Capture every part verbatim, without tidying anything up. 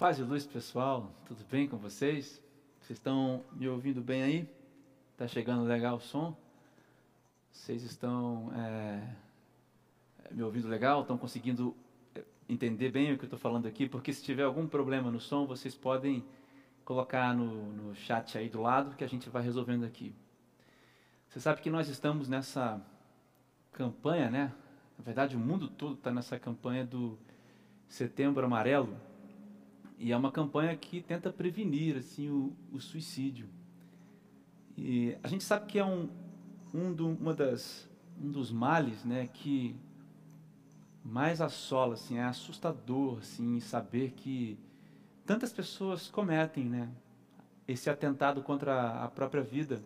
Paz e luz, pessoal. Tudo bem com vocês? Vocês estão me ouvindo bem aí? Tá chegando legal o som? Vocês estão é, me ouvindo legal? Estão conseguindo entender bem o que eu estou falando aqui? Porque se tiver algum problema no som, vocês podem colocar no, no chat aí do lado que a gente vai resolvendo aqui. Você sabe que nós estamos nessa campanha, né? Na verdade, o mundo todo está nessa campanha do Setembro Amarelo. E é uma campanha que tenta prevenir assim, o, o suicídio. E a gente sabe que é um, um, do, uma das, um dos males, né, que mais assola, assim, é assustador assim, saber que tantas pessoas cometem, né, esse atentado contra a própria vida.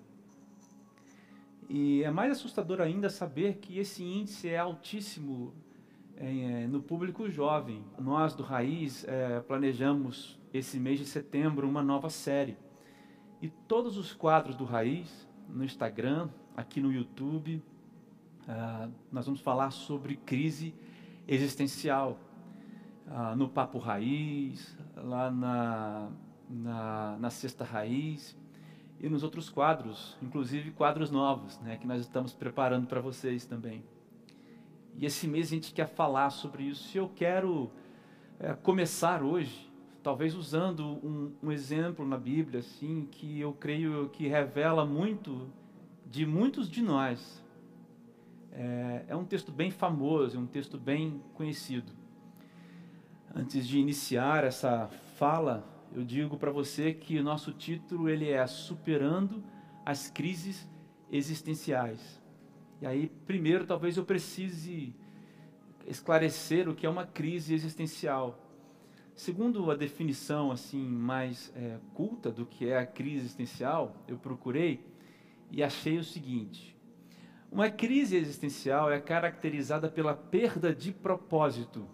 E é mais assustador ainda saber que esse índice é altíssimo É, no público jovem. Nós do Raiz é, planejamos esse mês de setembro uma nova série. E todos os quadros do Raiz, no Instagram, aqui no YouTube, ah, nós vamos falar sobre crise existencial. Ah, no Papo Raiz, lá na, na, na Sexta Raiz e nos outros quadros, inclusive quadros novos, né, que nós estamos preparando para vocês também. E esse mês a gente quer falar sobre isso. E eu quero é, começar hoje, talvez usando um, um exemplo na Bíblia, assim, que eu creio que revela muito de muitos de nós. É, é um texto bem famoso, é um texto bem conhecido. Antes de iniciar essa fala, eu digo para você que o nosso título ele é Superando as Crises Existenciais. E aí, primeiro, talvez eu precise esclarecer o que é uma crise existencial. Segundo a definição assim mais é, culta do que é a crise existencial, eu procurei e achei o seguinte: uma crise existencial é caracterizada pela perda de propósito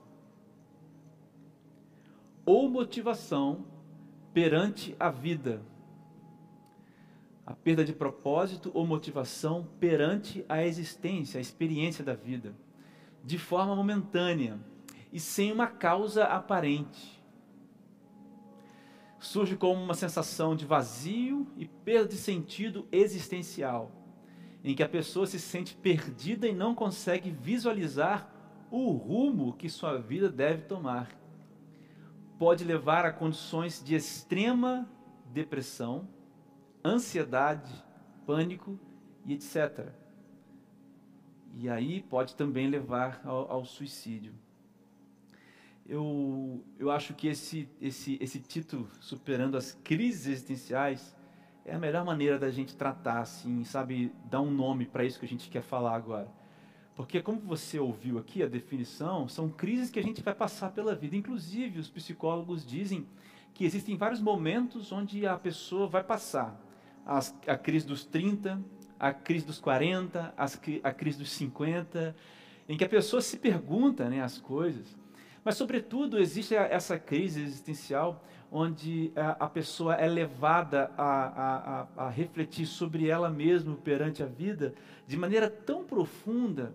ou motivação perante a vida. A perda de propósito ou motivação perante a existência, a experiência da vida, de forma momentânea e sem uma causa aparente. Surge como uma sensação de vazio e perda de sentido existencial, em que a pessoa se sente perdida e não consegue visualizar o rumo que sua vida deve tomar. Pode levar a condições de extrema depressão, ansiedade, pânico e etcétera. E aí pode também levar ao, ao suicídio. Eu, eu acho que esse, esse, esse título, Superando as Crises Existenciais, é a melhor maneira da gente tratar, assim, sabe, dar um nome para isso que a gente quer falar agora. Porque como você ouviu aqui a definição, são crises que a gente vai passar pela vida. Inclusive, os psicólogos dizem que existem vários momentos onde a pessoa vai passar. As, a crise dos trinta, a crise dos quarenta, as, a crise dos cinquenta, em que a pessoa se pergunta, né, as coisas. Mas, sobretudo, existe essa crise existencial onde a, a pessoa é levada a, a, a, a refletir sobre ela mesma perante a vida de maneira tão profunda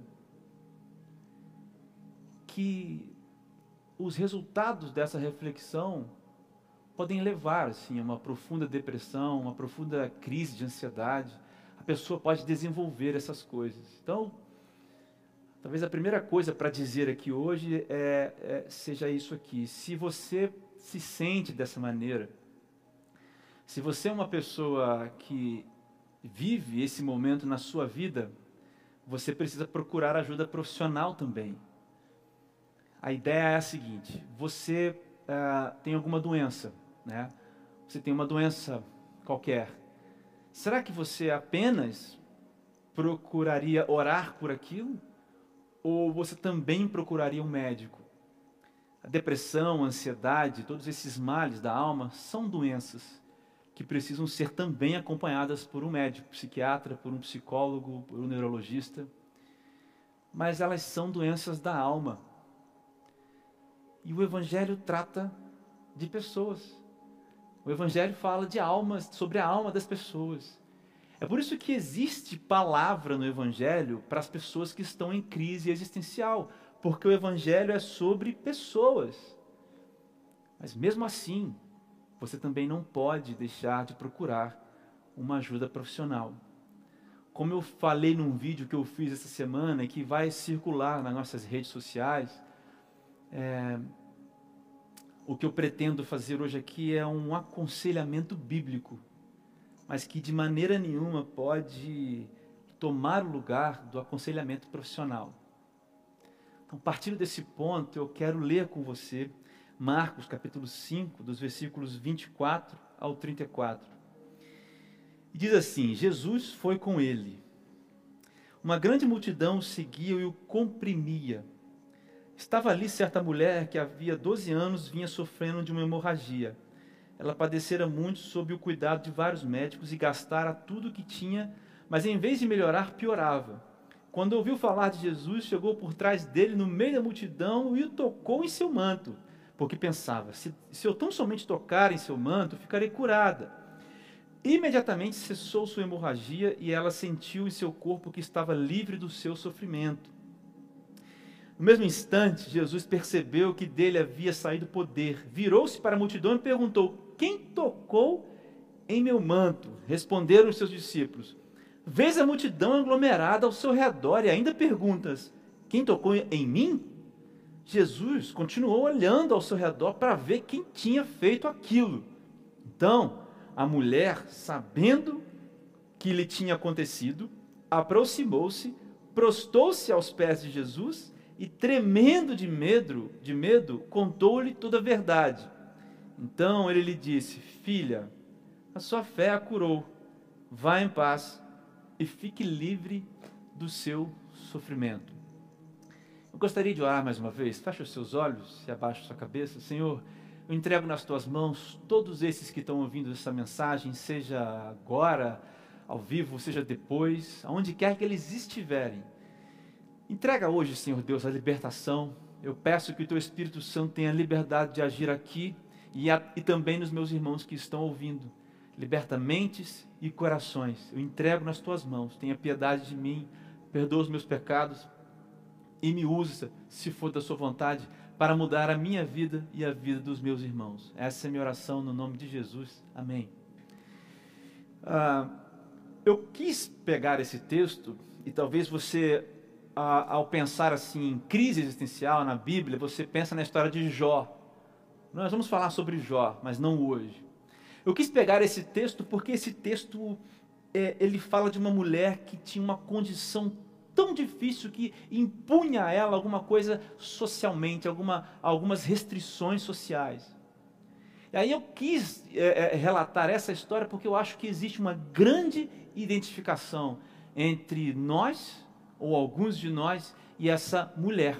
que os resultados dessa reflexão podem levar assim, a uma profunda depressão, uma profunda crise de ansiedade. A pessoa pode desenvolver essas coisas. Então, talvez a primeira coisa para dizer aqui hoje é, é, seja isso aqui. Se você se sente dessa maneira, se você é uma pessoa que vive esse momento na sua vida, você precisa procurar ajuda profissional também. A ideia é a seguinte: você uh, tem alguma doença, né? Você tem uma doença qualquer. Será que você apenas procuraria orar por aquilo? Ou você também procuraria um médico? A depressão, a ansiedade, todos esses males da alma são doenças que precisam ser também acompanhadas por um médico, psiquiatra, por um psicólogo, por um neurologista. Mas elas são doenças da alma. E o Evangelho trata de pessoas. O Evangelho fala de almas, sobre a alma das pessoas. É por isso que existe palavra no Evangelho para as pessoas que estão em crise existencial, porque o Evangelho é sobre pessoas. Mas mesmo assim, você também não pode deixar de procurar uma ajuda profissional. Como eu falei num vídeo que eu fiz essa semana e que vai circular nas nossas redes sociais, é, o que eu pretendo fazer hoje aqui é um aconselhamento bíblico, mas que de maneira nenhuma pode tomar o lugar do aconselhamento profissional. Então, partindo desse ponto, eu quero ler com você Marcos capítulo cinco, dos versículos vinte e quatro ao trinta e quatro. E diz assim: Jesus foi com ele. Uma grande multidão o seguia e o comprimia. Estava ali certa mulher que havia doze anos vinha sofrendo de uma hemorragia. Ela padecera muito sob o cuidado de vários médicos e gastara tudo o que tinha, mas em vez de melhorar, piorava. Quando ouviu falar de Jesus, chegou por trás dele no meio da multidão e o tocou em seu manto, porque pensava: se, se eu tão somente tocar em seu manto, ficarei curada. Imediatamente cessou sua hemorragia e ela sentiu em seu corpo que estava livre do seu sofrimento. No mesmo instante, Jesus percebeu que dele havia saído poder. Virou-se para a multidão e perguntou: quem tocou em meu manto? Responderam os seus discípulos: vês a multidão aglomerada ao seu redor e ainda perguntas: quem tocou em mim? Jesus continuou olhando ao seu redor para ver quem tinha feito aquilo. Então, a mulher, sabendo que lhe tinha acontecido, aproximou-se, prostou-se aos pés de Jesus e, tremendo de medo, de medo, contou-lhe toda a verdade. Então ele lhe disse: filha, a sua fé a curou. Vá em paz e fique livre do seu sofrimento. Eu gostaria de orar mais uma vez. Feche os seus olhos e abaixe a sua cabeça. Senhor, eu entrego nas tuas mãos todos esses que estão ouvindo essa mensagem, seja agora, ao vivo, seja depois, aonde quer que eles estiverem. Entrega hoje, Senhor Deus, a libertação. Eu peço que o teu Espírito Santo tenha liberdade de agir aqui e, a, e também nos meus irmãos que estão ouvindo. Liberta mentes e corações. Eu entrego nas tuas mãos. Tenha piedade de mim, perdoa os meus pecados e me usa, se for da sua vontade, para mudar a minha vida e a vida dos meus irmãos. Essa é a minha oração no nome de Jesus. Amém. Ah, eu quis pegar esse texto e talvez você, ah, ao pensar assim em crise existencial na Bíblia, você pensa na história de Jó. Nós vamos falar sobre Jó, mas não hoje. Eu quis pegar esse texto porque esse texto, é, ele fala de uma mulher que tinha uma condição tão difícil que impunha a ela alguma coisa socialmente, alguma, algumas restrições sociais. E aí eu quis é, é, relatar essa história porque eu acho que existe uma grande identificação entre nós, ou alguns de nós, e essa mulher.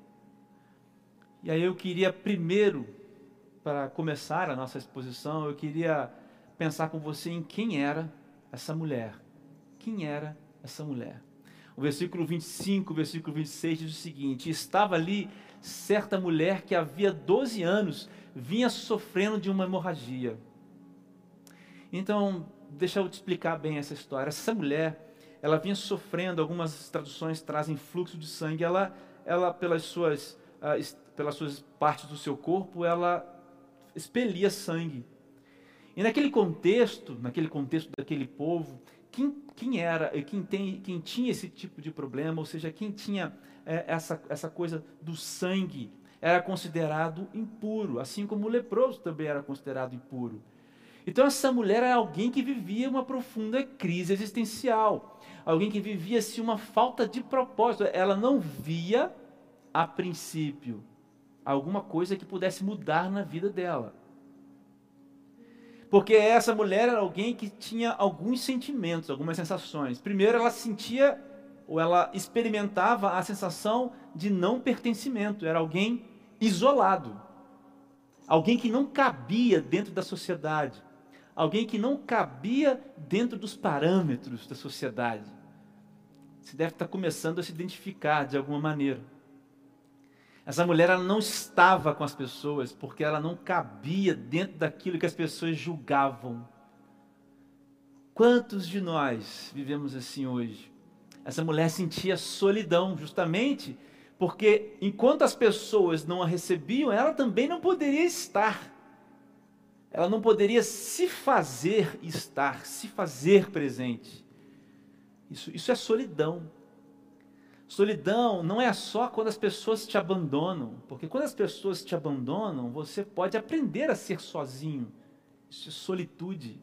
E aí eu queria primeiro, para começar a nossa exposição, eu queria pensar com você em quem era essa mulher. Quem era essa mulher? O versículo vinte e cinco, o versículo vinte e seis diz o seguinte: estava ali certa mulher que havia doze anos vinha sofrendo de uma hemorragia. Então, deixa eu te explicar bem essa história. Essa mulher, ela vinha sofrendo, algumas traduções trazem fluxo de sangue, ela, ela pelas, suas, uh, pelas suas partes do seu corpo, ela expelia sangue. E naquele contexto, naquele contexto daquele povo, Quem, quem era, quem, tem, quem tinha esse tipo de problema, ou seja, quem tinha é, essa, essa coisa do sangue, era considerado impuro, assim como o leproso também era considerado impuro. Então essa mulher era alguém que vivia uma profunda crise existencial, alguém que vivia assim, uma falta de propósito. Ela não via, a princípio, alguma coisa que pudesse mudar na vida dela. Porque essa mulher era alguém que tinha alguns sentimentos, algumas sensações. Primeiro, ela sentia, ou ela experimentava a sensação de não pertencimento. Era alguém isolado. Alguém que não cabia dentro da sociedade. Alguém que não cabia dentro dos parâmetros da sociedade. Você deve estar começando a se identificar de alguma maneira. Essa mulher, ela não estava com as pessoas porque ela não cabia dentro daquilo que as pessoas julgavam. Quantos de nós vivemos assim hoje? Essa mulher sentia solidão, justamente porque enquanto as pessoas não a recebiam, ela também não poderia estar. ela não poderia se fazer estar, se fazer presente. Isso, isso é solidão. Solidão não é só quando as pessoas te abandonam, porque quando as pessoas te abandonam, você pode aprender a ser sozinho. Isso é solitude.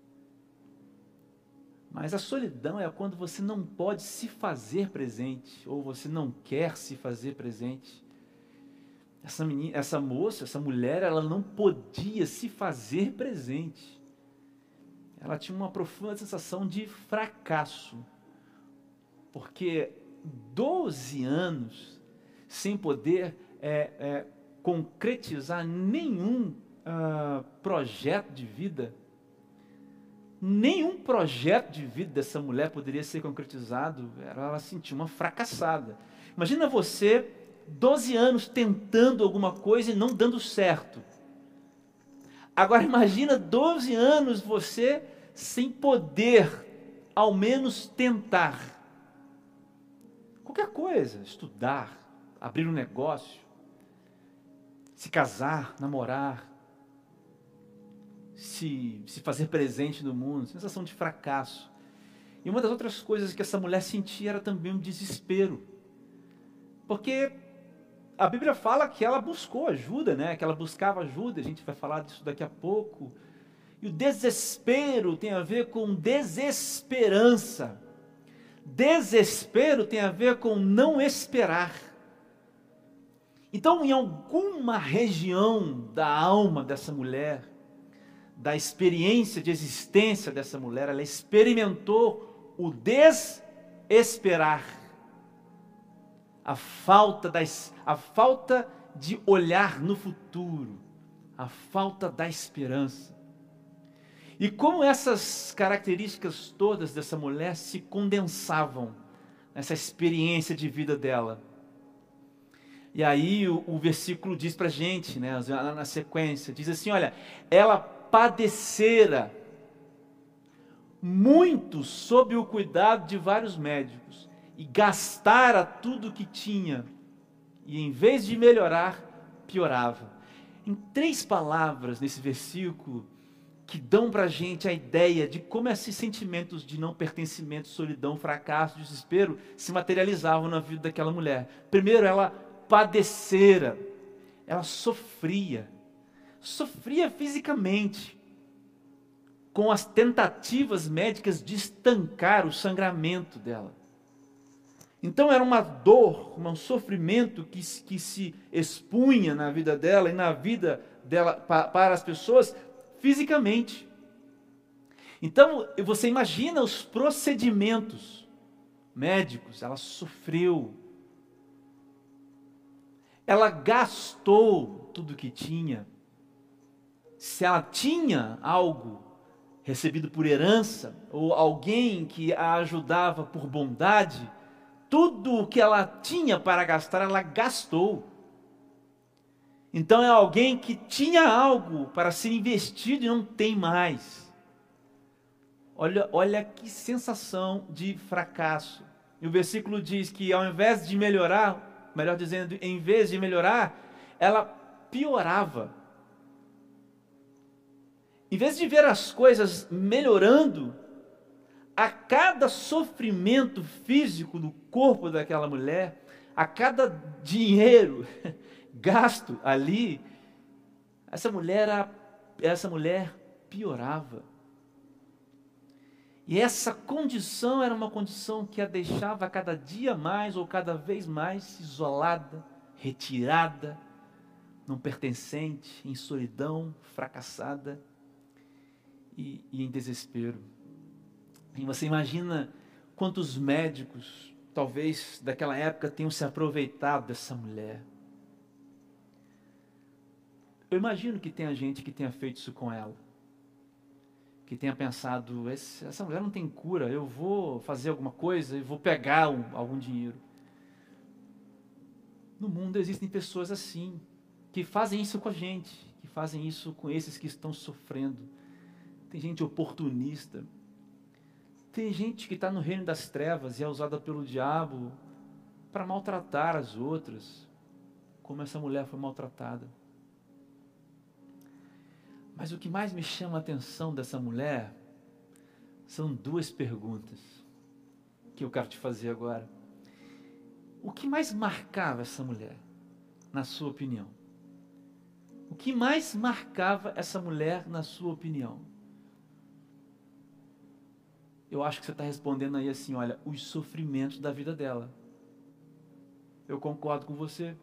Mas a solidão é quando você não pode se fazer presente, ou você não quer se fazer presente. Essa, menina, essa moça, essa mulher, ela não podia se fazer presente. Ela tinha uma profunda sensação de fracasso. Porque doze anos sem poder é, é, concretizar nenhum uh, projeto de vida, nenhum projeto de vida dessa mulher poderia ser concretizado, ela, ela sentia uma fracassada. Imagina você, doze anos tentando alguma coisa e não dando certo. Agora imagina doze anos você sem poder, ao menos tentar. Qualquer coisa, estudar, abrir um negócio, se casar, namorar, se, se fazer presente no mundo, sensação de fracasso. E uma das outras coisas que essa mulher sentia era também um desespero. Porque a Bíblia fala que ela buscou ajuda, né? Que ela buscava ajuda, a gente vai falar disso daqui a pouco. E o desespero tem a ver com desesperança. Desespero tem a ver com não esperar. Então, em alguma região da alma dessa mulher, da experiência de existência dessa mulher, ela experimentou o desesperar. A falta, das, a falta de olhar no futuro, a falta da esperança. E como essas características todas dessa mulher se condensavam nessa experiência de vida dela. E aí o, o versículo diz para a gente, né, na sequência, diz assim, olha, ela padecera muito sob o cuidado de vários médicos, e gastara tudo o que tinha, e em vez de melhorar, piorava. Em três palavras nesse versículo, que dão para a gente a ideia de como esses sentimentos de não pertencimento, solidão, fracasso, desespero, se materializavam na vida daquela mulher. Primeiro, ela padecera, ela sofria, sofria fisicamente, com as tentativas médicas de estancar o sangramento dela. Então era uma dor, um sofrimento que, que se expunha na vida dela e na vida dela pa, para as pessoas fisicamente. Então você imagina os procedimentos médicos, ela sofreu. Ela gastou tudo que tinha. Se ela tinha algo recebido por herança, ou alguém que a ajudava por bondade, tudo o que ela tinha para gastar, ela gastou. Então é alguém que tinha algo para ser investido e não tem mais. Olha, olha que sensação de fracasso. E o versículo diz que ao invés de melhorar, melhor dizendo, em vez de melhorar, ela piorava. Em vez de ver as coisas melhorando, a cada sofrimento físico do corpo daquela mulher, a cada dinheiro gasto ali, essa mulher, essa mulher piorava. E essa condição era uma condição que a deixava cada dia mais ou cada vez mais isolada, retirada, não pertencente, em solidão, fracassada e, e em desespero. E você imagina quantos médicos, talvez daquela época, tenham se aproveitado dessa mulher. Eu imagino que tenha gente que tenha feito isso com ela. Que tenha pensado, essa mulher não tem cura, eu vou fazer alguma coisa e vou pegar um, algum dinheiro. No mundo existem pessoas assim, que fazem isso com a gente, que fazem isso com esses que estão sofrendo. Tem gente oportunista. Tem gente que está no reino das trevas e é usada pelo diabo para maltratar as outras, como essa mulher foi maltratada. Mas o que mais me chama a atenção dessa mulher são duas perguntas que eu quero te fazer agora. O que mais marcava essa mulher, na sua opinião? O que mais marcava essa mulher, na sua opinião? Eu acho que você está respondendo aí assim, olha, os sofrimentos da vida dela. Eu concordo com você.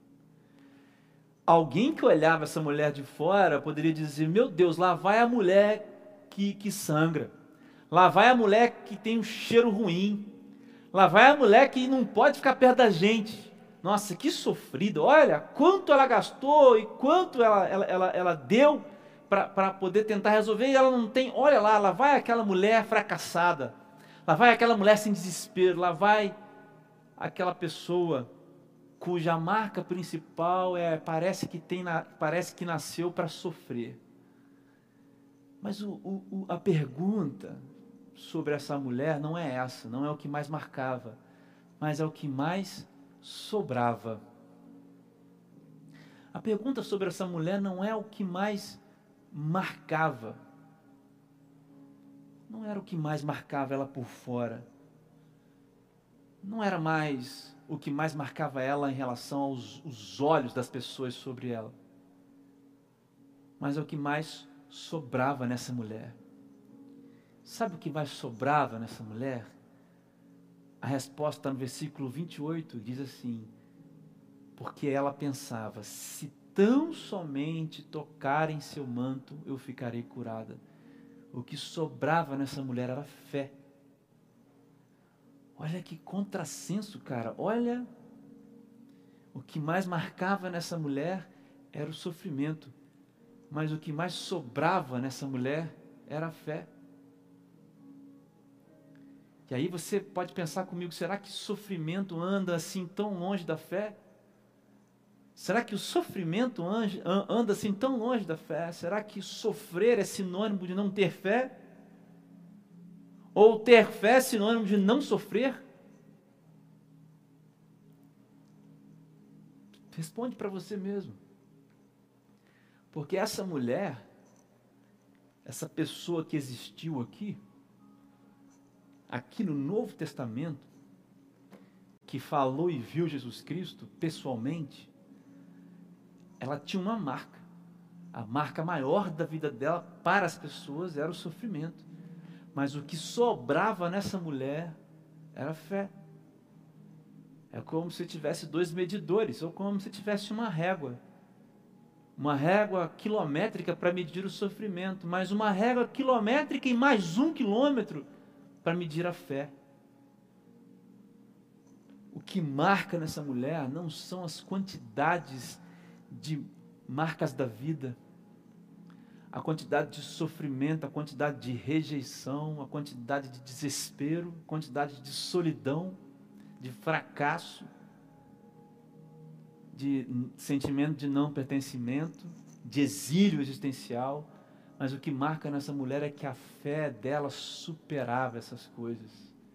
Alguém que olhava essa mulher de fora poderia dizer, meu Deus, lá vai a mulher que, que sangra. Lá vai a mulher que tem um cheiro ruim. Lá vai a mulher que não pode ficar perto da gente. Nossa, que sofrida. Olha, quanto ela gastou e quanto ela, ela, ela, ela deu para poder tentar resolver. E ela não tem, olha lá, lá vai aquela mulher fracassada. Lá vai aquela mulher sem desespero. Lá vai aquela pessoa cuja marca principal é parece que, tem na, parece que nasceu para sofrer. Mas o, o, a pergunta sobre essa mulher não é essa, não é o que mais marcava, mas é o que mais sobrava. A pergunta sobre essa mulher não é o que mais marcava, não era o que mais marcava ela por fora, não era mais o que mais marcava ela em relação aos os olhos das pessoas sobre ela, mas é o que mais sobrava nessa mulher. Sabe o que mais sobrava nessa mulher? A resposta no versículo vinte e oito diz assim, porque ela pensava, se tão somente tocar em seu manto, eu ficarei curada. O que sobrava nessa mulher era fé. Olha que contrassenso, cara. Olha, o que mais marcava nessa mulher era o sofrimento, mas o que mais sobrava nessa mulher era a fé. E aí você pode pensar comigo, será que sofrimento anda assim tão longe da fé? Será que o sofrimento anda assim tão longe da fé? Será que sofrer é sinônimo de não ter fé? Ou ter fé é sinônimo de não sofrer? Responde para você mesmo. Porque essa mulher, essa pessoa que existiu aqui, aqui no Novo Testamento, que falou e viu Jesus Cristo pessoalmente, ela tinha uma marca. A marca maior da vida dela para as pessoas era o sofrimento. Mas o que sobrava nessa mulher era a fé. É como se tivesse dois medidores, ou como se tivesse uma régua. Uma régua quilométrica para medir o sofrimento, mas uma régua quilométrica e mais um quilômetro para medir a fé. O que marca nessa mulher não são as quantidades de marcas da vida, a quantidade de sofrimento, a quantidade de rejeição, a quantidade de desespero, a quantidade de solidão, de fracasso, de sentimento de não pertencimento, de exílio existencial, mas o que marca nessa mulher é que a fé dela superava essas coisas.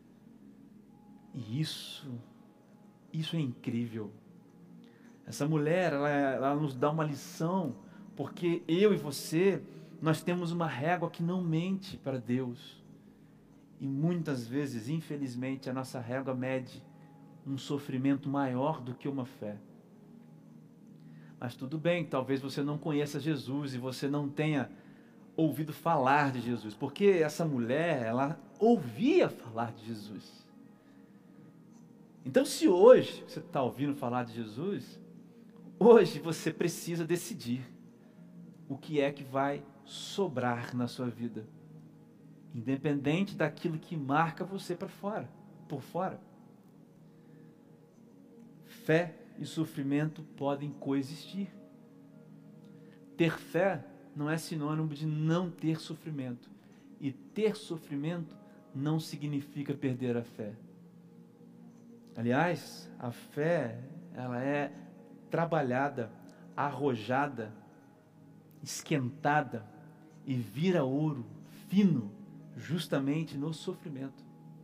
E isso, isso é incrível. Essa mulher, ela, ela nos dá uma lição, porque eu e você, nós temos uma régua que não mente para Deus. E muitas vezes, infelizmente, a nossa régua mede um sofrimento maior do que uma fé. Mas tudo bem, talvez você não conheça Jesus e você não tenha ouvido falar de Jesus, porque essa mulher, ela ouvia falar de Jesus. Então, se hoje você está ouvindo falar de Jesus, hoje você precisa decidir o que é que vai sobrar na sua vida, independente daquilo que marca você para fora, por fora. Fé e sofrimento podem coexistir. Ter fé não é sinônimo de não ter sofrimento. E ter sofrimento não significa perder a fé. Aliás, a fé, ela é trabalhada, arrojada, esquentada e vira ouro fino justamente no sofrimento.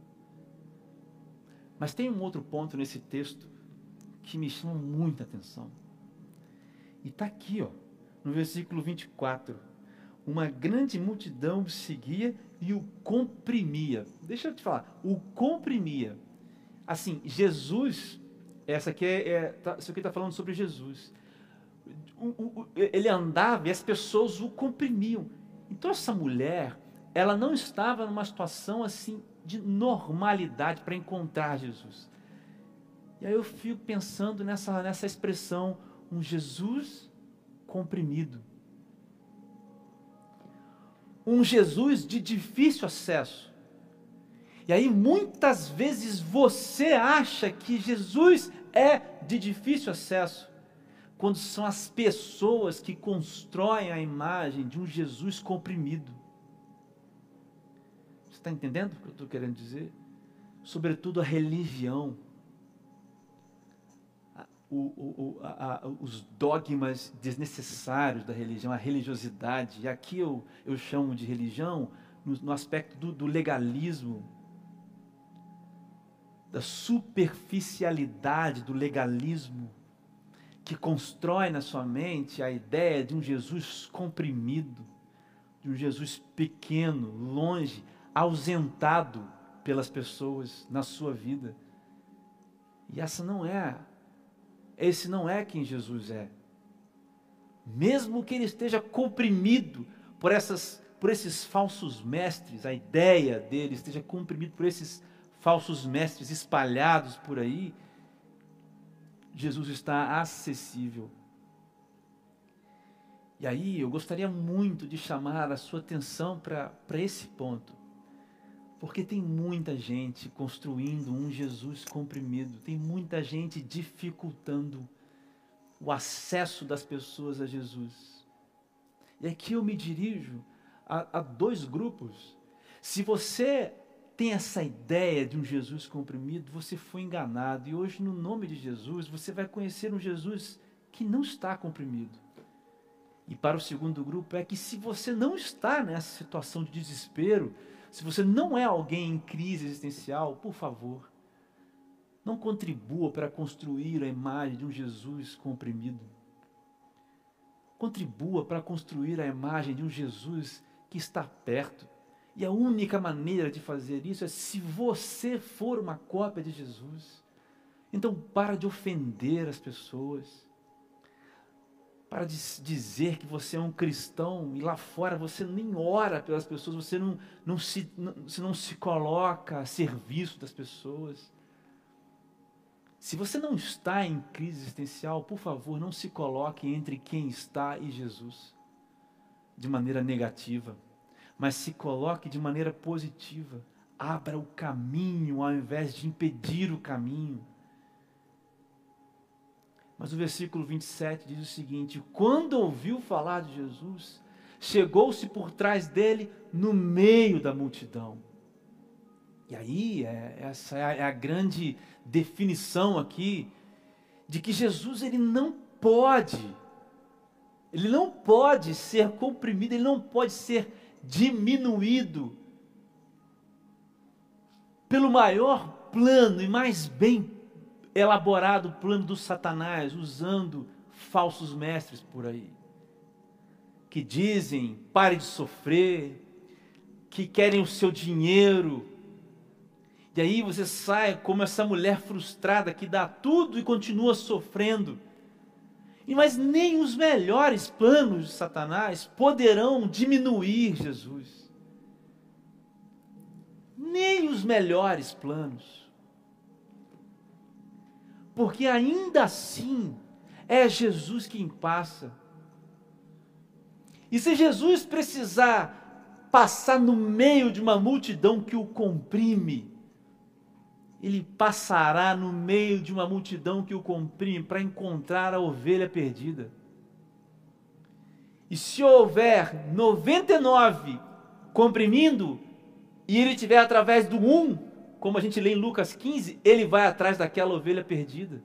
Mas tem um outro ponto nesse texto que me chama muita atenção. E está aqui, ó, no versículo vinte e quatro. uma grande multidão o seguia e o comprimia. Deixa eu te falar, o comprimia. Assim, Jesus, essa aqui é, é tá, isso aqui está falando sobre Jesus. O, o, ele andava e as pessoas o comprimiam. Então essa mulher, ela não estava numa situação assim de normalidade para encontrar Jesus. E aí eu fico pensando nessa, nessa expressão, um Jesus comprimido. Um Jesus de difícil acesso. E aí muitas vezes você acha que Jesus é de difícil acesso, quando são as pessoas que constroem a imagem de um Jesus comprimido. Você está entendendo o que eu estou querendo dizer? Sobretudo a religião, o, o, a, a, os dogmas desnecessários da religião, a religiosidade. E aqui eu, eu chamo de religião no, no aspecto do, do legalismo, da superficialidade do legalismo, que constrói na sua mente a ideia de um Jesus comprimido, de um Jesus pequeno, longe, ausentado pelas pessoas na sua vida. E essa não é, esse não é quem Jesus é. Mesmo que ele esteja comprimido por, essas, por esses falsos mestres, a ideia dele esteja comprimido por esses falsos mestres espalhados por aí, Jesus está acessível. E aí eu gostaria muito de chamar a sua atenção para esse ponto. Porque tem muita gente construindo um Jesus comprimido. Tem muita gente dificultando o acesso das pessoas a Jesus. E aqui eu me dirijo a, a dois grupos. Se você tem essa ideia de um Jesus comprimido, você foi enganado. E hoje, no nome de Jesus, você vai conhecer um Jesus que não está comprimido. E para o segundo grupo é que se você não está nessa situação de desespero, se você não é alguém em crise existencial, por favor, não contribua para construir a imagem de um Jesus comprimido. Contribua para construir a imagem de um Jesus que está perto. E a única maneira de fazer isso é se você for uma cópia de Jesus. Então para de ofender as pessoas. Para de dizer que você é um cristão e lá fora você nem ora pelas pessoas, você não, não, se, não, você não se coloca a serviço das pessoas. Se você não está em crise existencial, por favor, não se coloque entre quem está e Jesus de maneira negativa. Mas se coloque de maneira positiva. Abra o caminho ao invés de impedir o caminho. Mas o versículo vinte e sete diz o seguinte: quando ouviu falar de Jesus, chegou-se por trás dele no meio da multidão. E aí, é, essa é a, é a grande definição aqui, de que Jesus ele não pode, ele não pode ser comprimido, ele não pode ser diminuído pelo maior plano e mais bem elaborado plano do Satanás, usando falsos mestres por aí, que dizem, pare de sofrer, que querem o seu dinheiro, e aí você sai como essa mulher frustrada que dá tudo e continua sofrendo. E mas nem os melhores planos de Satanás poderão diminuir Jesus. Nem os melhores planos. Porque ainda assim é Jesus quem passa. E se Jesus precisar passar no meio de uma multidão que o comprime, ele passará no meio de uma multidão que o comprime para encontrar a ovelha perdida. E se houver noventa e nove comprimindo, e ele estiver através do um, como a gente lê em Lucas quinze, ele vai atrás daquela ovelha perdida.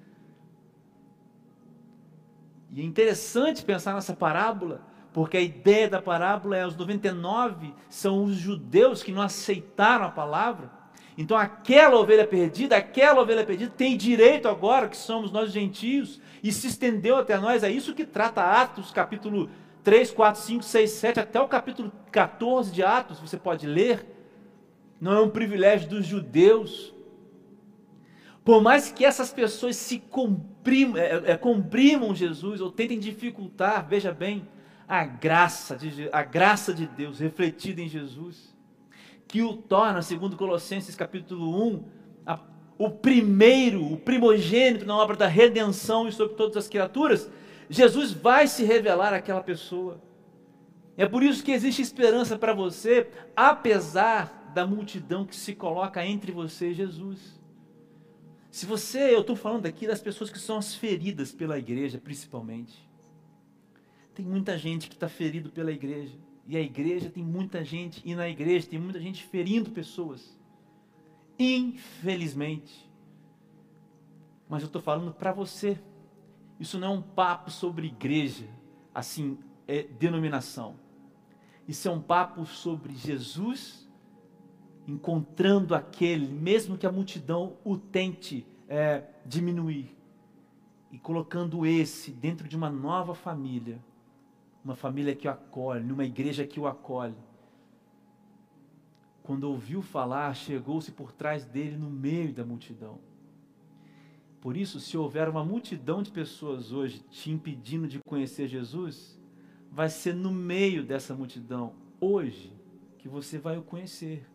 E é interessante pensar nessa parábola, porque a ideia da parábola é os noventa e nove são os judeus que não aceitaram a palavra. Então aquela ovelha perdida, aquela ovelha perdida tem direito agora, que somos nós gentios, e se estendeu até nós. É isso que trata Atos capítulo três, quatro, cinco, seis, sete, até o capítulo quatorze de Atos, você pode ler, não é um privilégio dos judeus. Por mais que essas pessoas se comprimam, é, é, comprimam Jesus, ou tentem dificultar, veja bem, a graça, de, a graça de Deus refletida em Jesus, que o torna, segundo Colossenses capítulo um, a, o primeiro, o primogênito na obra da redenção e sobre todas as criaturas. Jesus vai se revelar àquela pessoa. É por isso que existe esperança para você, apesar da multidão que se coloca entre você e Jesus. Se você, eu estou falando aqui das pessoas que são as feridas pela igreja, principalmente. Tem muita gente que está ferido pela igreja. E a igreja tem muita gente, e na igreja tem muita gente ferindo pessoas. Infelizmente. Mas eu estou falando para você. Isso não é um papo sobre igreja, assim, é denominação. Isso é um papo sobre Jesus encontrando aquele, mesmo que a multidão o tente é, diminuir, e colocando esse dentro de uma nova família, uma família que o acolhe, numa igreja que o acolhe. Quando ouviu falar, chegou-se por trás dele no meio da multidão. Por isso, se houver uma multidão de pessoas hoje te impedindo de conhecer Jesus, vai ser no meio dessa multidão, hoje, que você vai o conhecer.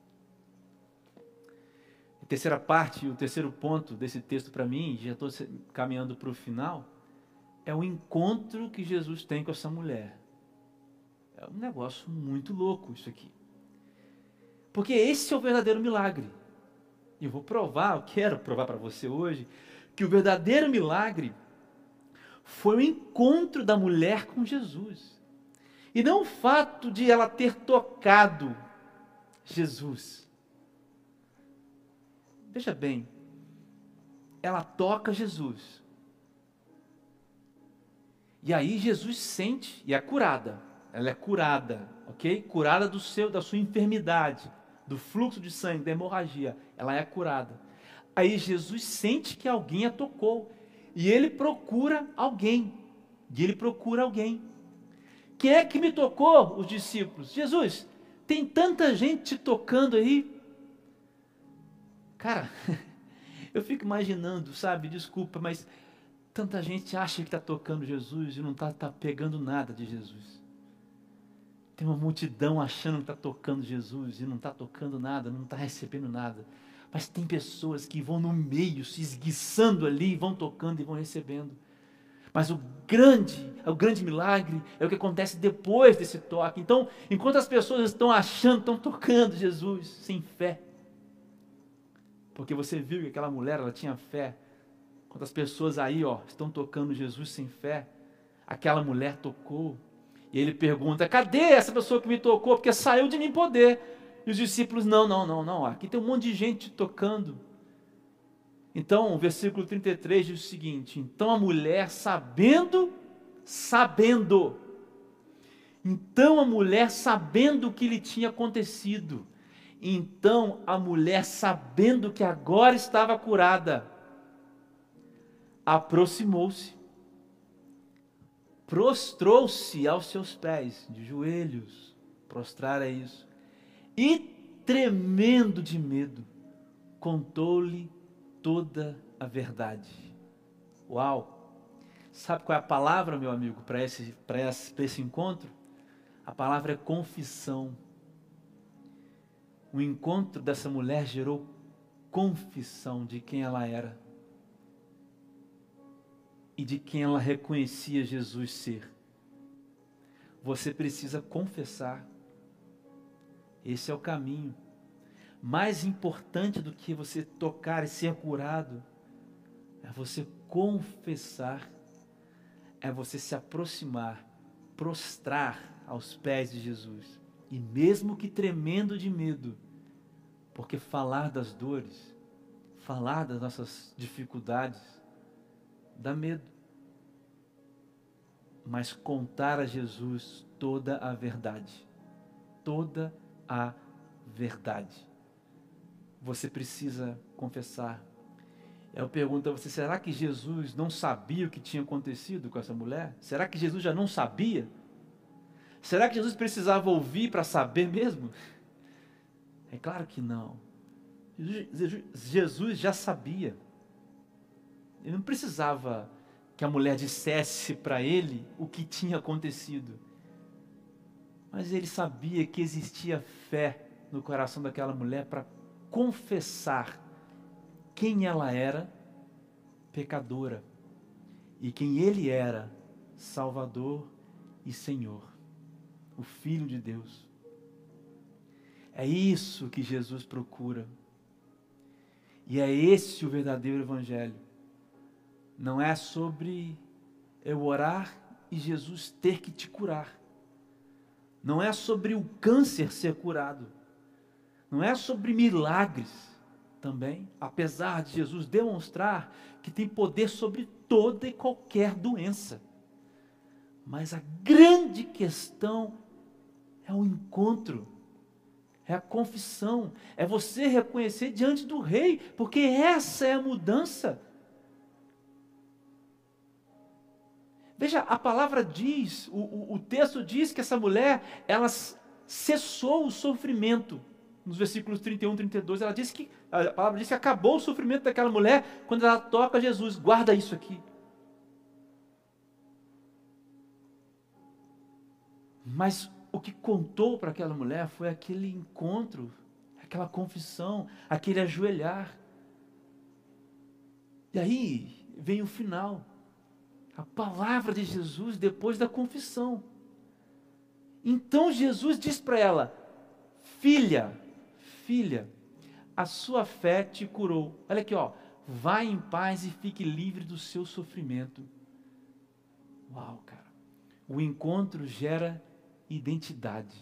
A terceira parte, o terceiro ponto desse texto para mim, já estou caminhando para o final, é o encontro que Jesus tem com essa mulher. É um negócio muito louco isso aqui. Porque esse é o verdadeiro milagre. E eu vou provar, eu quero provar para você hoje, que o verdadeiro milagre foi o encontro da mulher com Jesus. E não o fato de ela ter tocado Jesus. Veja bem, ela toca Jesus. E aí Jesus sente, e é curada. Ela é curada, ok? Curada do seu, da sua enfermidade, do fluxo de sangue, da hemorragia. Ela é curada. Aí Jesus sente que alguém a tocou. E ele procura alguém. E ele procura alguém. Quem é que me tocou? Os discípulos. Jesus, tem tanta gente te tocando aí. Cara, eu fico imaginando, sabe? Desculpa, mas tanta gente acha que está tocando Jesus e não está tá pegando nada de Jesus. Tem uma multidão achando que está tocando Jesus e não está tocando nada, não está recebendo nada. Mas tem pessoas que vão no meio, se esguiçando ali, vão tocando e vão recebendo. Mas o grande, o grande milagre é o que acontece depois desse toque. Então, enquanto as pessoas estão achando, estão tocando Jesus sem fé. Porque você viu que aquela mulher, ela tinha fé. Enquanto as pessoas aí, ó, estão tocando Jesus sem fé, aquela mulher tocou. E ele pergunta, cadê essa pessoa que me tocou? Porque saiu de mim poder. E os discípulos, não, não, não, não. Aqui tem um monte de gente tocando. Então, o versículo trinta e três diz o seguinte, então a mulher sabendo, sabendo. Então a mulher sabendo o que lhe tinha acontecido. Então a mulher sabendo que agora estava curada, aproximou-se, prostrou-se aos seus pés, de joelhos, prostrar é isso, e tremendo de medo, contou-lhe toda a verdade. Uau! Sabe qual é a palavra, meu amigo, para esse, para esse, para esse encontro? A palavra é confissão. O encontro dessa mulher gerou confissão de quem ela era e de quem ela reconhecia Jesus ser. Você precisa confessar. Esse é o caminho. Mais importante do que você tocar e ser curado é você confessar, é você se aproximar, prostrar aos pés de Jesus. E mesmo que tremendo de medo, porque falar das dores, falar das nossas dificuldades, dá medo. Mas contar a Jesus toda a verdade, toda a verdade. Você precisa confessar. Eu pergunto a você, será que Jesus não sabia o que tinha acontecido com essa mulher? Será que Jesus já não sabia? Será que Jesus precisava ouvir para saber mesmo? É claro que não. Jesus já sabia. Ele não precisava que a mulher dissesse para ele o que tinha acontecido. Mas ele sabia que existia fé no coração daquela mulher para confessar quem ela era, pecadora, e quem ele era, Salvador e Senhor, o Filho de Deus. É isso que Jesus procura. E é esse o verdadeiro Evangelho. Não é sobre eu orar e Jesus ter que te curar. Não é sobre o câncer ser curado. Não é sobre milagres também, apesar de Jesus demonstrar que tem poder sobre toda e qualquer doença. Mas a grande questão é o encontro, é a confissão, é você reconhecer diante do Rei, porque essa é a mudança. Veja, a palavra diz, o, o, o texto diz que essa mulher, ela cessou o sofrimento. Nos versículos trinta e um e trinta e dois, ela diz que, a palavra diz que acabou o sofrimento daquela mulher quando ela toca Jesus. Guarda isso aqui. Mas o que contou para aquela mulher foi aquele encontro, aquela confissão, aquele ajoelhar. E aí vem o final. A palavra de Jesus depois da confissão. Então Jesus diz para ela: filha, filha, a sua fé te curou. Olha aqui, ó, vá em paz e fique livre do seu sofrimento. Uau, cara. O encontro gera identidade.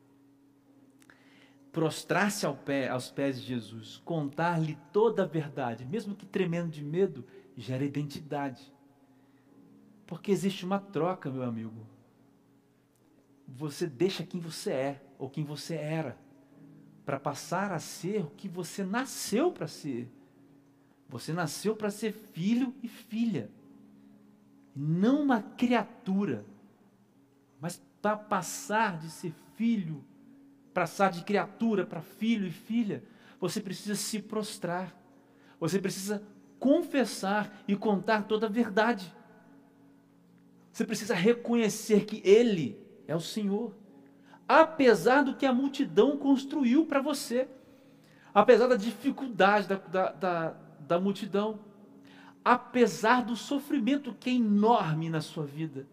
Prostrar-se ao pé, aos pés de Jesus, contar-lhe toda a verdade, mesmo que tremendo de medo, gera identidade. Porque existe uma troca, meu amigo. Você deixa quem você é, ou quem você era, para passar a ser o que você nasceu para ser. Você nasceu para ser filho e filha. Não uma criatura, mas para passar de ser filho, passar de criatura para filho e filha, você precisa se prostrar. Você precisa confessar e contar toda a verdade. Você precisa reconhecer que Ele é o Senhor, apesar do que a multidão construiu para você, apesar da dificuldade da, da, da, da multidão, apesar do sofrimento que é enorme na sua vida.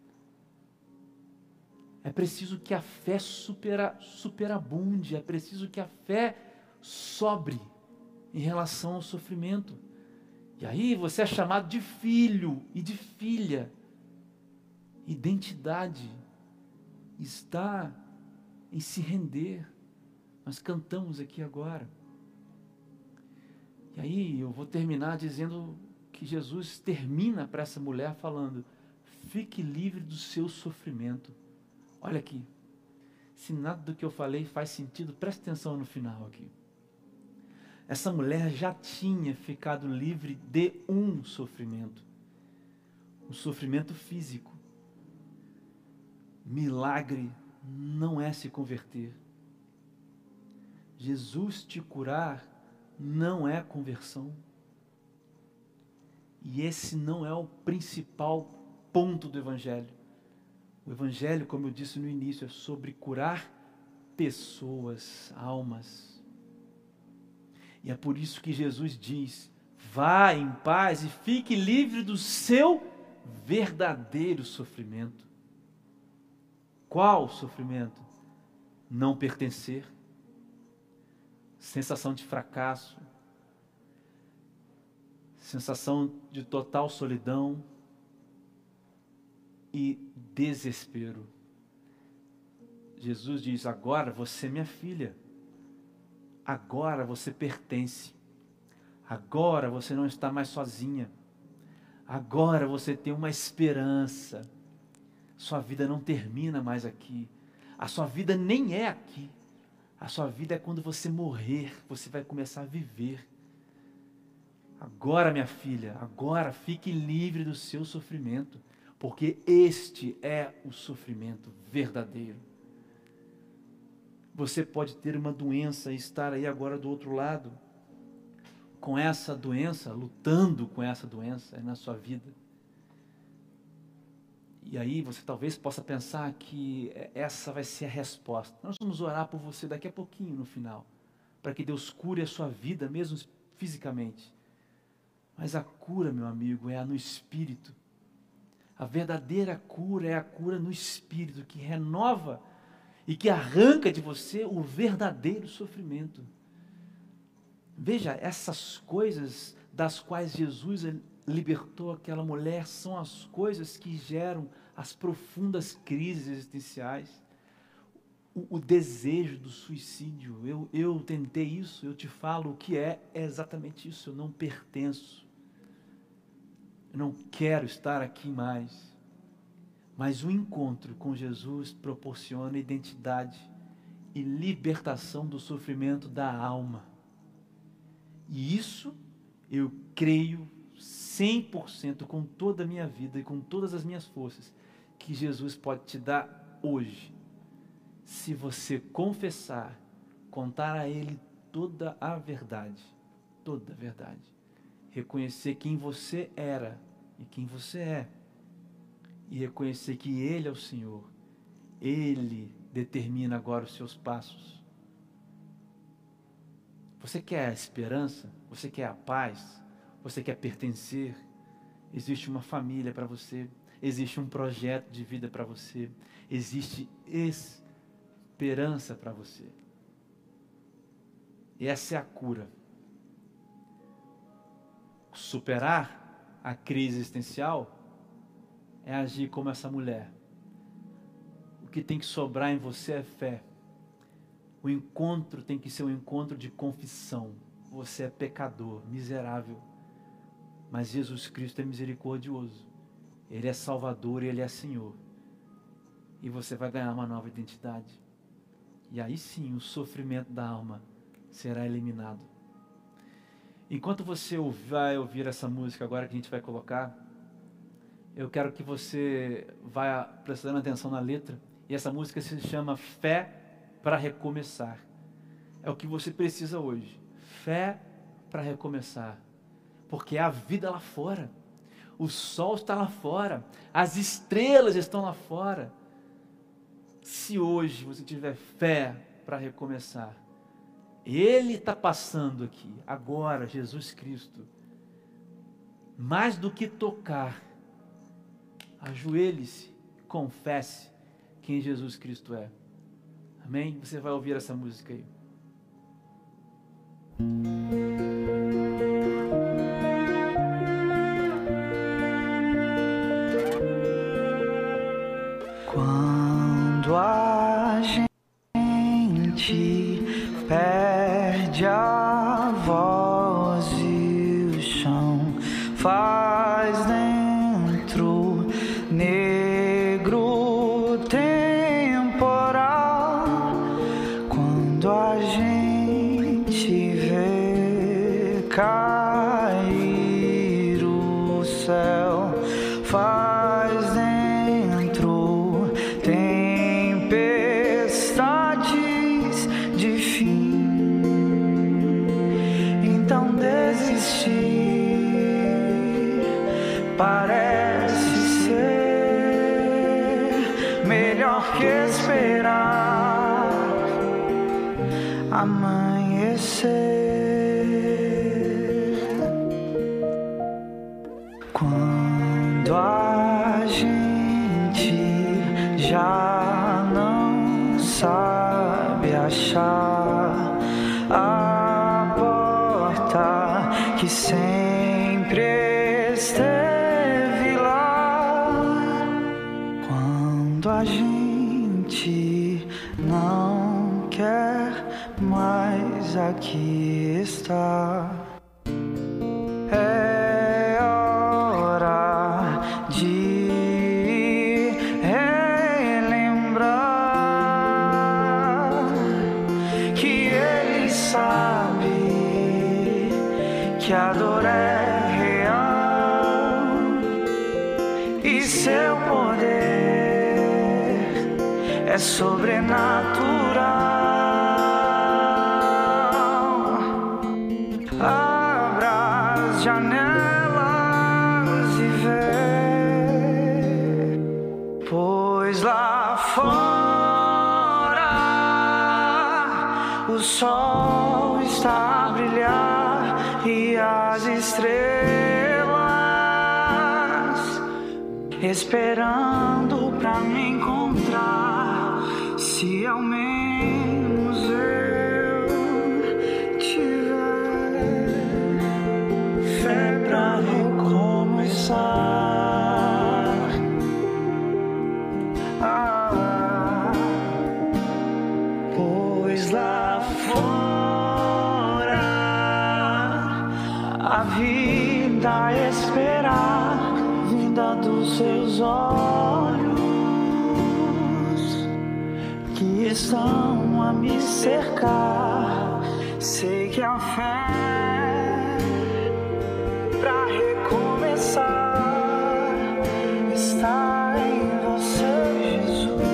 É preciso que a fé supera, superabunde, é preciso que a fé sobre em relação ao sofrimento. E aí você é chamado de filho e de filha. Identidade está em se render. Nós cantamos aqui agora. E aí eu vou terminar dizendo que Jesus termina para essa mulher falando: fique livre do seu sofrimento. Olha aqui, se nada do que eu falei faz sentido, preste atenção no final aqui. Essa mulher já tinha ficado livre de um sofrimento, um sofrimento físico. Milagre não é se converter. Jesus te curar não é conversão. E esse não é o principal ponto do Evangelho. O Evangelho, como eu disse no início, é sobre curar pessoas, almas. E é por isso que Jesus diz: vá em paz e fique livre do seu verdadeiro sofrimento. Qual sofrimento? Não pertencer, sensação de fracasso, sensação de total solidão e desespero. Jesus diz: agora você é minha filha, agora você pertence, agora você não está mais sozinha, agora você tem uma esperança. Sua vida não termina mais aqui. A sua vida nem é aqui. A sua vida é quando você morrer, você vai começar a viver. Agora, minha filha, agora fique livre do seu sofrimento. porque este é o sofrimento verdadeiro. Você pode ter uma doença e estar aí agora do outro lado, com essa doença, lutando com essa doença na sua vida. E aí você talvez possa pensar que essa vai ser a resposta. Nós vamos orar por você daqui a pouquinho no final, para que Deus cure a sua vida, mesmo fisicamente. Mas a cura, meu amigo, é a no Espírito. A verdadeira cura é a cura no Espírito, que renova e que arranca de você o verdadeiro sofrimento. Veja, essas coisas das quais Jesus libertou aquela mulher são as coisas que geram as profundas crises existenciais. O, o desejo do suicídio. Eu, eu tentei isso, eu te falo o que é, é exatamente isso. Eu não pertenço. Eu não quero estar aqui mais. Mas o encontro com Jesus proporciona identidade e libertação do sofrimento da alma. E isso eu creio cem por cento com toda a minha vida e com todas as minhas forças que Jesus pode te dar hoje. Se você confessar, contar a Ele toda a verdade, toda a verdade. Reconhecer quem você era e quem você é. E reconhecer que Ele é o Senhor. Ele determina agora os seus passos. Você quer a esperança? Você quer a paz? Você quer pertencer? Existe uma família para você. Existe um projeto de vida para você. Existe esperança para você. E essa é a cura. Superar a crise existencial é agir como essa mulher. O que tem que sobrar em você é fé. O encontro tem que ser um encontro de confissão. Você é pecador, miserável. Mas Jesus Cristo é misericordioso. Ele é Salvador e Ele é Senhor. E você vai ganhar uma nova identidade. E aí sim o sofrimento da alma será eliminado. Enquanto você vai ouvir essa música agora que a gente vai colocar, eu quero que você vá prestando atenção na letra. E essa música se chama Fé para Recomeçar. É o que você precisa hoje. Fé para recomeçar. Porque há vida lá fora. O sol está lá fora. As estrelas estão lá fora. Se hoje você tiver fé para recomeçar, Ele está passando aqui, agora, Jesus Cristo. Mais do que tocar, ajoelhe-se, confesse quem Jesus Cristo é. Amém? Você vai ouvir essa música aí. Quando a gente perde a voz e o chão faz dentro negro temporal, quando a gente vê cair o céu, faz dentro tempestades de fim. Então desistir parece ser melhor que esperar amanhecer. Quando a gente já não sabe achar a porta que sempre esteve lá, quando a gente não quer mais aqui estar, é hora de relembrar que Ele sabe que a dor é real e seu é sobrenatural. Abra as janelas e vê, pois lá fora o sol está a brilhar e as estrelas esperando pra me encontrar. Se ao menos eu tiver fé pra recomeçar. Ah, pois lá fora a vida esperar vinda dos seus olhos que estão a me cercar. Sei que a fé pra recomeçar está em você, Jesus.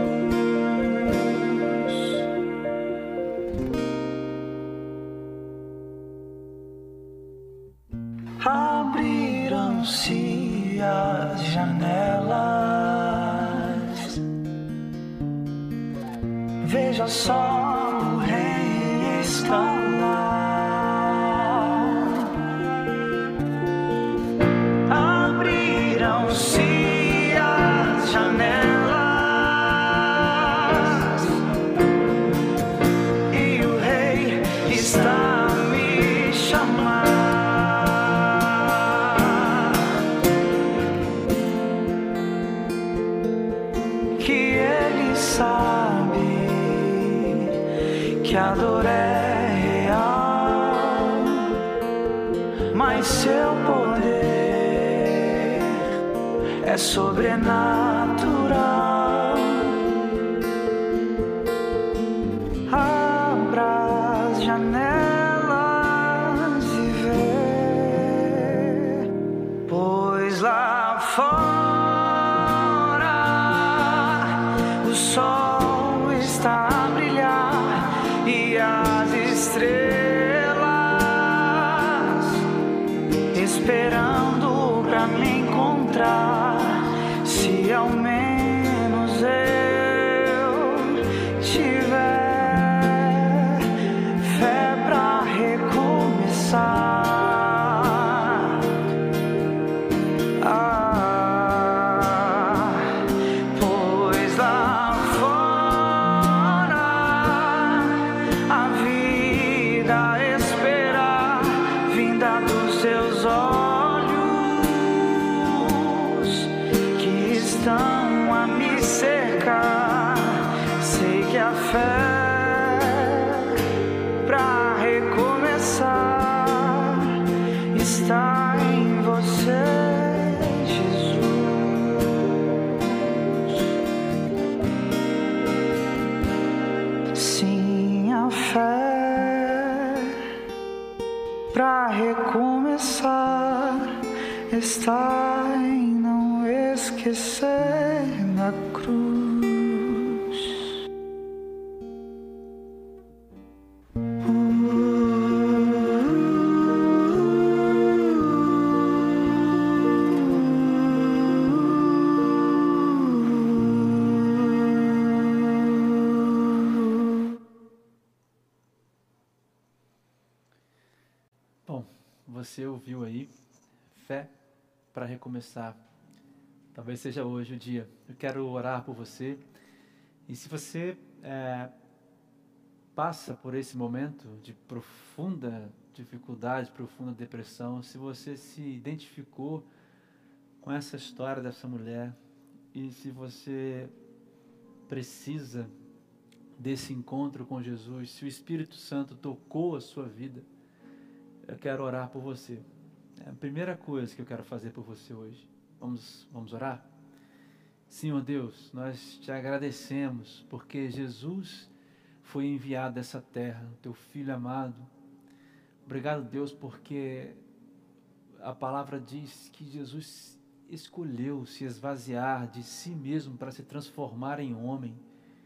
Abriram-se as janelas, veja só, o rei está lá. Abriram-se as janelas e o rei está a me chamar. Sabe que a dor é real, mas seu poder é sobrenatural. Abra as janelas e vê, pois lá fora o sol está a brilhar e as estrelas esperando pra me encontrar. Se ao menos eu tiver fé pra recomeçar. Seus olhos que estão a me cercar. Sei que a fé pra recomeçar está em você, Jesus. Sim, a fé pra recomeçar está em não esquecer da cruz. Bom, você ouviu aí, fé para recomeçar. Talvez seja hoje o dia. Eu quero orar por você. E se você é, passa por esse momento de profunda dificuldade, profunda depressão, se você se identificou com essa história dessa mulher e se você precisa desse encontro com Jesus, se o Espírito Santo tocou a sua vida, eu quero orar por você. É a primeira coisa que eu quero fazer por você hoje. Vamos, vamos orar? Senhor Deus, nós te agradecemos porque Jesus foi enviado dessa terra, o teu Filho amado. Obrigado, Deus, porque a palavra diz que Jesus escolheu se esvaziar de si mesmo para se transformar em homem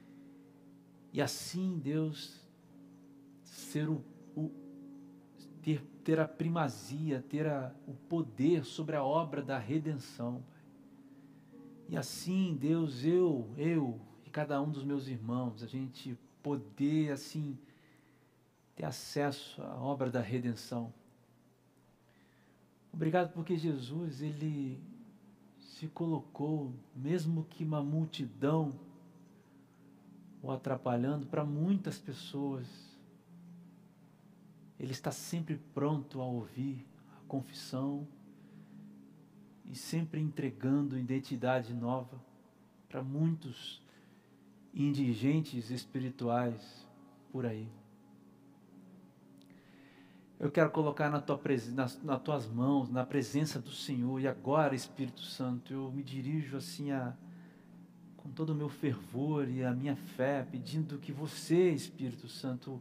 E assim, Deus, ser o, o ter, ter a primazia, ter a, o poder sobre a obra da redenção, Pai. E assim, Deus, eu, eu e cada um dos meus irmãos, a gente poder, assim, ter acesso à obra da redenção. Obrigado porque Jesus, Ele se colocou, mesmo que uma multidão o atrapalhando, para muitas pessoas, Ele está sempre pronto a ouvir a confissão e sempre entregando identidade nova para muitos indigentes espirituais por aí. Eu quero colocar na tua pres... nas, nas tuas mãos, na presença do Senhor, e agora, Espírito Santo, eu me dirijo assim a, com todo o meu fervor e a minha fé, pedindo que você, Espírito Santo,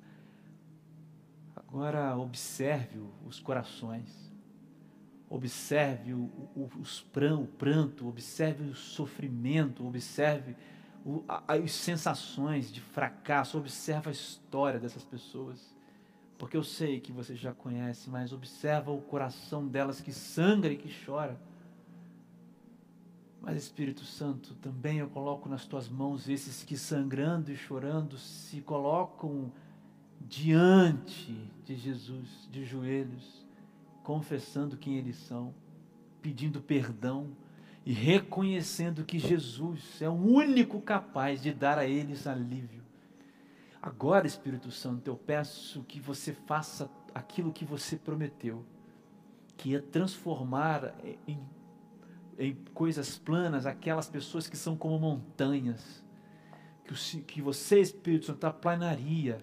agora observe os corações, observe o, o, os pran, o pranto, observe o sofrimento, observe o, a, as sensações de fracasso, observe a história dessas pessoas. Porque eu sei que você já conhece, mas observa o coração delas que sangra e que chora. Mas, Espírito Santo, também eu coloco nas tuas mãos esses que sangrando e chorando se colocam diante de Jesus, de joelhos, confessando quem eles são, pedindo perdão e reconhecendo que Jesus é o único capaz de dar a eles alívio. Agora, Espírito Santo, eu peço que você faça aquilo que você prometeu, que é transformar em, em coisas planas aquelas pessoas que são como montanhas, que, o, que você, Espírito Santo, aplanaria.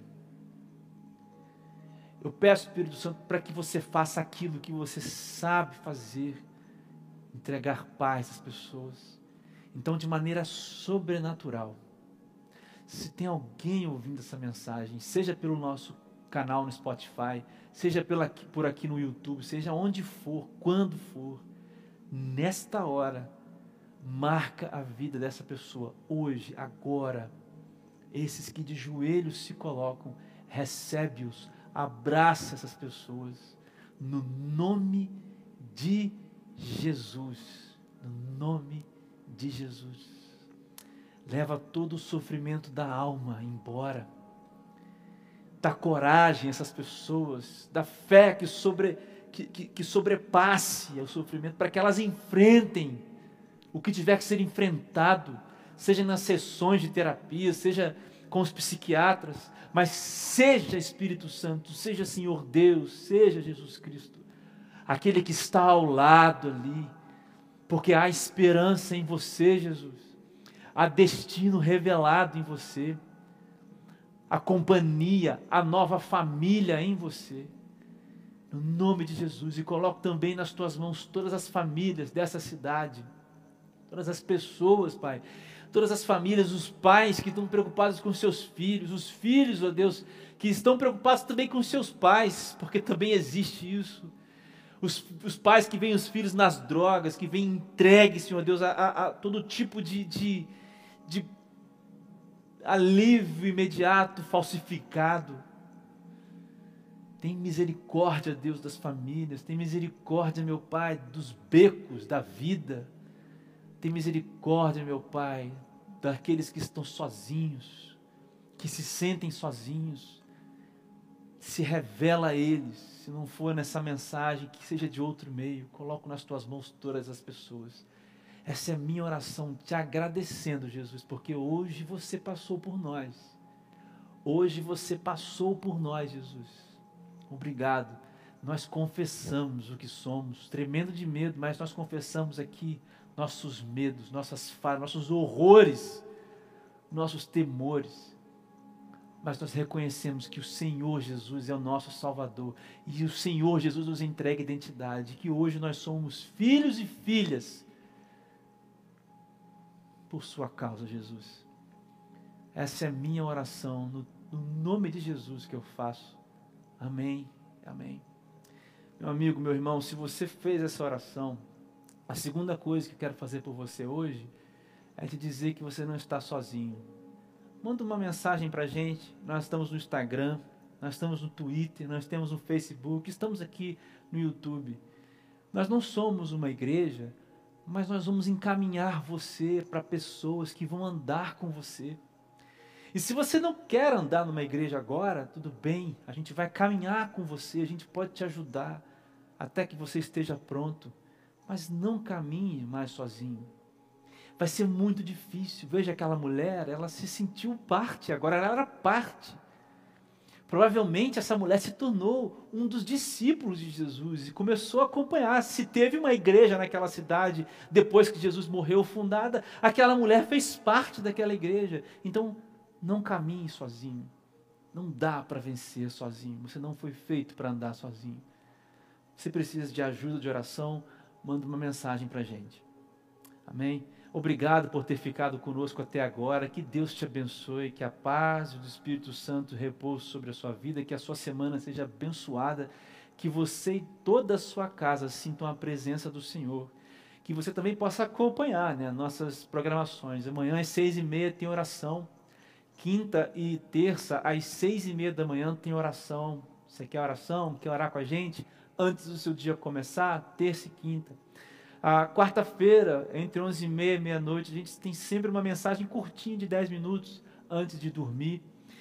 Eu peço, Espírito Santo, para que você faça aquilo que você sabe fazer, entregar paz às pessoas. Então, de maneira sobrenatural, se tem alguém ouvindo essa mensagem, seja pelo nosso canal no Spotify, seja pela, por aqui no YouTube, seja onde for, quando for, nesta hora, marca a vida dessa pessoa, hoje, agora. Esses que de joelhos se colocam, recebe-os, abraça essas pessoas, no nome de Jesus, no nome de Jesus. Leva todo o sofrimento da alma embora. Dá coragem a essas pessoas. Dá fé que, sobre, que, que, que sobrepasse o sofrimento, para que elas enfrentem o que tiver que ser enfrentado, seja nas sessões de terapia, seja com os psiquiatras, mas seja Espírito Santo, seja Senhor Deus, seja Jesus Cristo, aquele que está ao lado ali, porque há esperança em você, Jesus. Há destino revelado em você, a companhia, a nova família em você, no nome de Jesus. E coloco também nas tuas mãos todas as famílias dessa cidade, todas as pessoas, Pai, todas as famílias, os pais que estão preocupados com seus filhos, os filhos, ó Deus, que estão preocupados também com seus pais, porque também existe isso. Os, os pais que veem os filhos nas drogas, que veem entregues, Senhor Deus, a, a, a todo tipo de, de de alívio imediato, falsificado. Tem misericórdia, Deus, das famílias. Tem misericórdia, meu Pai, dos becos da vida. Tem misericórdia, meu Pai, daqueles que estão sozinhos, que se sentem sozinhos. Se revela a eles. Se não for nessa mensagem, que seja de outro meio. Coloco nas tuas mãos todas as pessoas. Essa é a minha oração, te agradecendo, Jesus, porque hoje você passou por nós. Hoje você passou por nós, Jesus. Obrigado. Nós confessamos o que somos, tremendo de medo, mas nós confessamos aqui nossos medos, nossas falhas, nossos horrores, nossos temores. Mas nós reconhecemos que o Senhor Jesus é o nosso Salvador. E o Senhor Jesus nos entrega identidade, que hoje nós somos filhos e filhas por sua causa, Jesus. Essa é a minha oração, no, no nome de Jesus que eu faço. Amém, amém. Meu amigo, meu irmão, se você fez essa oração, a segunda coisa que eu quero fazer por você hoje é te dizer que você não está sozinho. manda uma mensagem para a gente. Nós estamos no Instagram, nós estamos no Twitter, nós temos no Facebook, estamos aqui no YouTube. Nós não somos uma igreja, mas nós vamos encaminhar você para pessoas que vão andar com você. E se você não quer andar numa igreja agora, tudo bem, a gente vai caminhar com você, a gente pode te ajudar até que você esteja pronto, mas não caminhe mais sozinho. Vai ser muito difícil. Veja aquela mulher, ela se sentiu parte, agora ela era parte. Provavelmente essa mulher se tornou um dos discípulos de Jesus e começou a acompanhar. Se teve uma igreja naquela cidade, depois que Jesus morreu, fundada, aquela mulher fez parte daquela igreja. Então, não caminhe sozinho. Não dá para vencer sozinho. Você não foi feito para andar sozinho. Você precisa de ajuda, de oração, manda uma mensagem para a gente. Amém? Obrigado por ter ficado conosco até agora. Que Deus te abençoe, que a paz do Espírito Santo repouse sobre a sua vida, que a sua semana seja abençoada, que você e toda a sua casa sintam a presença do Senhor, que você também possa acompanhar, né, nossas programações. Amanhã às seis e meia tem oração, quinta e terça às seis e meia da manhã tem oração. Você quer oração? Quer orar com a gente? Antes do seu dia começar, terça e quinta. A quarta-feira, entre onze e meia e meia-noite, a gente tem sempre uma mensagem curtinha de dez minutos antes de dormir,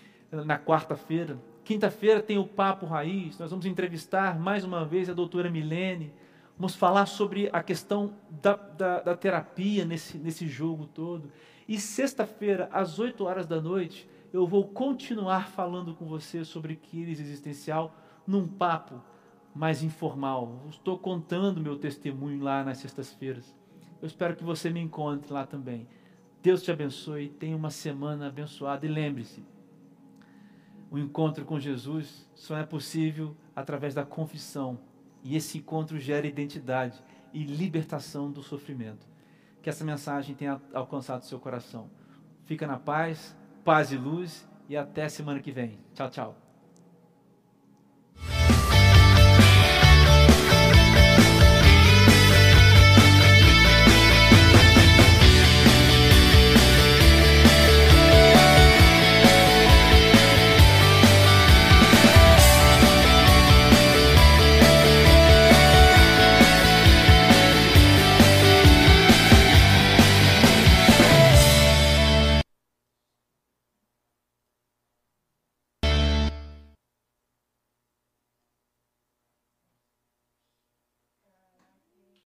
na quarta-feira. Quinta-feira tem o Papo Raiz, nós vamos entrevistar mais uma vez a doutora Milene, vamos falar sobre a questão da, da, da terapia nesse, nesse jogo todo. E sexta-feira, às oito horas da noite, eu vou continuar falando com você sobre crise existencial num papo mais informal. Eu estou contando meu testemunho lá nas sextas-feiras. Eu espero que você me encontre lá também. Deus te abençoe, tenha uma semana abençoada e lembre-se, o encontro com Jesus só é possível através da confissão, e esse encontro gera identidade e libertação do sofrimento. Que essa mensagem tenha alcançado seu coração. Fica na paz, paz e luz, e até semana que vem. Tchau, tchau.